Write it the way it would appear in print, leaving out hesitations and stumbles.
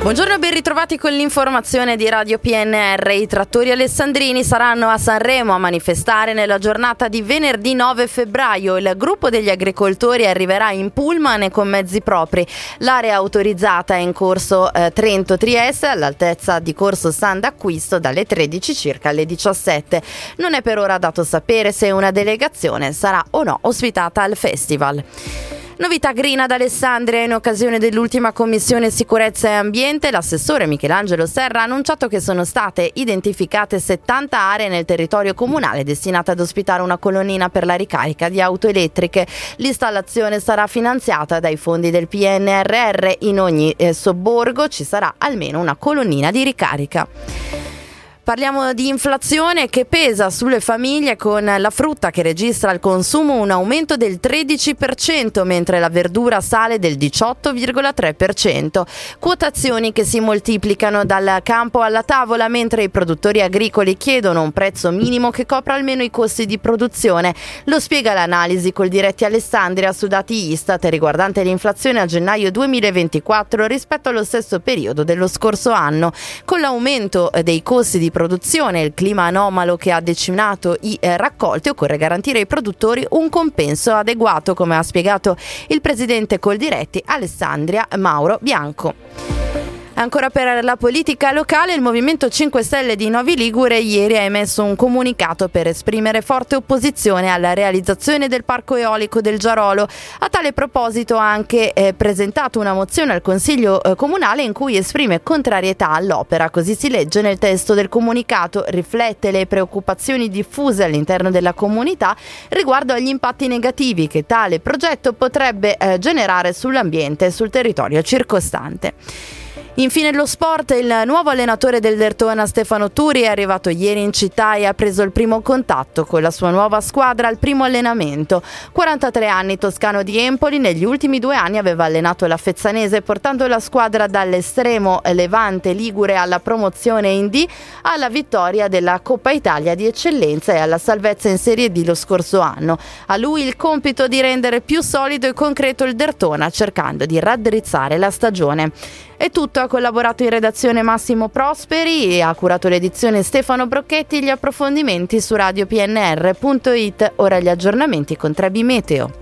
Buongiorno, ben ritrovati con l'informazione di Radio PNR. I trattori alessandrini saranno a Sanremo a manifestare nella giornata di venerdì 9 febbraio. Il gruppo degli agricoltori arriverà in pullman e con mezzi propri. L'area autorizzata è in corso Trento-Trieste, all'altezza di corso San d'Acquisto, dalle 13 circa alle 17. Non è per ora dato sapere se una delegazione sarà o no ospitata al festival. Novità green ad Alessandria. In occasione dell'ultima commissione sicurezza e ambiente, l'assessore Michelangelo Serra ha annunciato che sono state identificate 70 aree nel territorio comunale destinate ad ospitare una colonnina per la ricarica di auto elettriche. L'installazione sarà finanziata dai fondi del PNRR. In ogni sobborgo ci sarà almeno una colonnina di ricarica. Parliamo di inflazione che pesa sulle famiglie, con la frutta che registra al consumo un aumento del 13%, mentre la verdura sale del 18,3%. Quotazioni che si moltiplicano dal campo alla tavola, mentre i produttori agricoli chiedono un prezzo minimo che copra almeno i costi di produzione. Lo spiega l'analisi col Diretti Alessandria su dati Istat riguardante l'inflazione a gennaio 2024 rispetto allo stesso periodo dello scorso anno. Con l'aumento dei costi di produzione e il clima anomalo che ha decimato i raccolti, occorre garantire ai produttori un compenso adeguato, come ha spiegato il presidente Coldiretti Alessandria Mauro Bianco. Ancora per la politica locale, il Movimento 5 Stelle di Novi Ligure ieri ha emesso un comunicato per esprimere forte opposizione alla realizzazione del parco eolico del Giarolo. A tale proposito ha anche presentato una mozione al Consiglio Comunale in cui esprime contrarietà all'opera. Così si legge nel testo del comunicato: riflette le preoccupazioni diffuse all'interno della comunità riguardo agli impatti negativi che tale progetto potrebbe generare sull'ambiente e sul territorio circostante. Infine lo sport. Il nuovo allenatore del Derthona, Stefano Turi, è arrivato ieri in città e ha preso il primo contatto con la sua nuova squadra al primo allenamento. 43 anni, toscano di Empoli, negli ultimi 2 anni aveva allenato la Fezzanese, portando la squadra dall'estremo Levante ligure alla promozione in D, alla vittoria della Coppa Italia di eccellenza e alla salvezza in Serie D lo scorso anno. A lui il compito di rendere più solido e concreto il Derthona, cercando di raddrizzare la stagione. È tutto. Ha collaborato in redazione Massimo Prosperi e ha curato l'edizione Stefano Brocchetti. Gli approfondimenti su radiopnr.it. Ora gli aggiornamenti con Trebi Meteo.